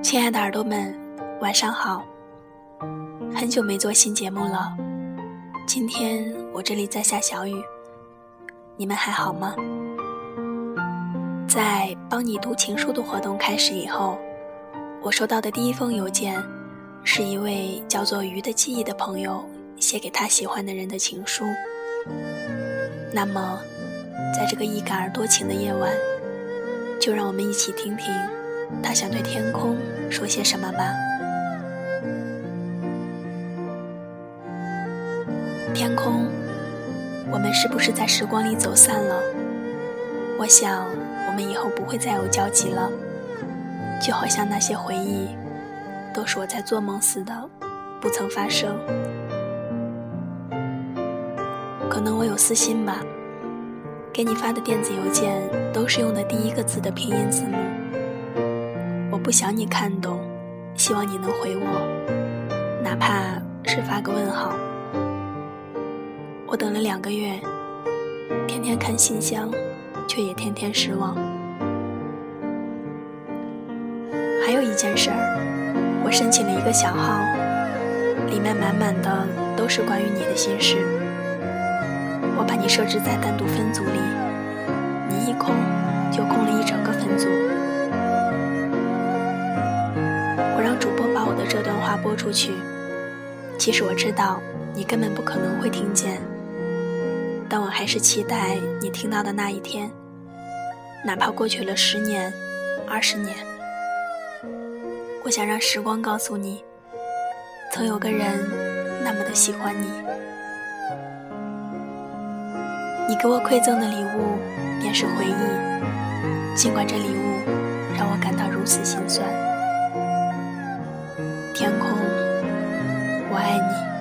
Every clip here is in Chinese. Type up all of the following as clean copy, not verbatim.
亲爱的耳朵们，晚上好。很久没做新节目了，今天我这里在下小雨，你们还好吗？在帮你读情书的活动开始以后，我收到的第一封邮件是一位叫做鱼的记忆的朋友写给他喜欢的人的情书。那么在这个一感而多情的夜晚，就让我们一起听听他想对天空说些什么吧。天空，我们是不是在时光里走散了？我想我们以后不会再有交集了，就好像那些回忆都是我在做梦似的，不曾发生。可能我有私心吧，给你发的电子邮件都是用的第一个字的拼音字母。我不想你看懂，希望你能回我，哪怕是发个问号。我等了2个月，天天看信箱，却也天天失望。还有一件事儿，我申请了一个小号，里面满满的都是关于你的心事。我把你设置在单独分组里，你一空就空了一整个分组。我让主播把我的这段话播出去，其实我知道你根本不可能会听见，但我还是期待你听到的那一天，哪怕过去了10年、20年。我想让时光告诉你，曾有个人那么的喜欢你。你给我馈赠的礼物便是回忆，尽管这礼物让我感到如此心酸。天空，我爱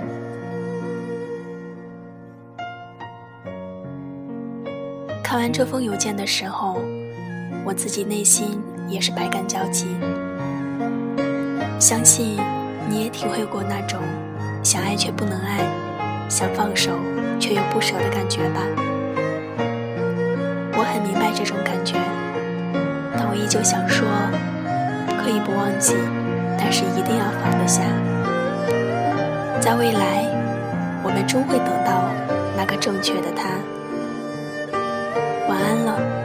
你。看完这封邮件的时候，我自己内心也是百感交集。相信你也体会过那种想爱却不能爱，想放手却又不舍的感觉吧。我很明白这种感觉，但我依旧想说，可以不忘记，但是一定要放得下。在未来，我们终会等到那个正确的他。晚安了。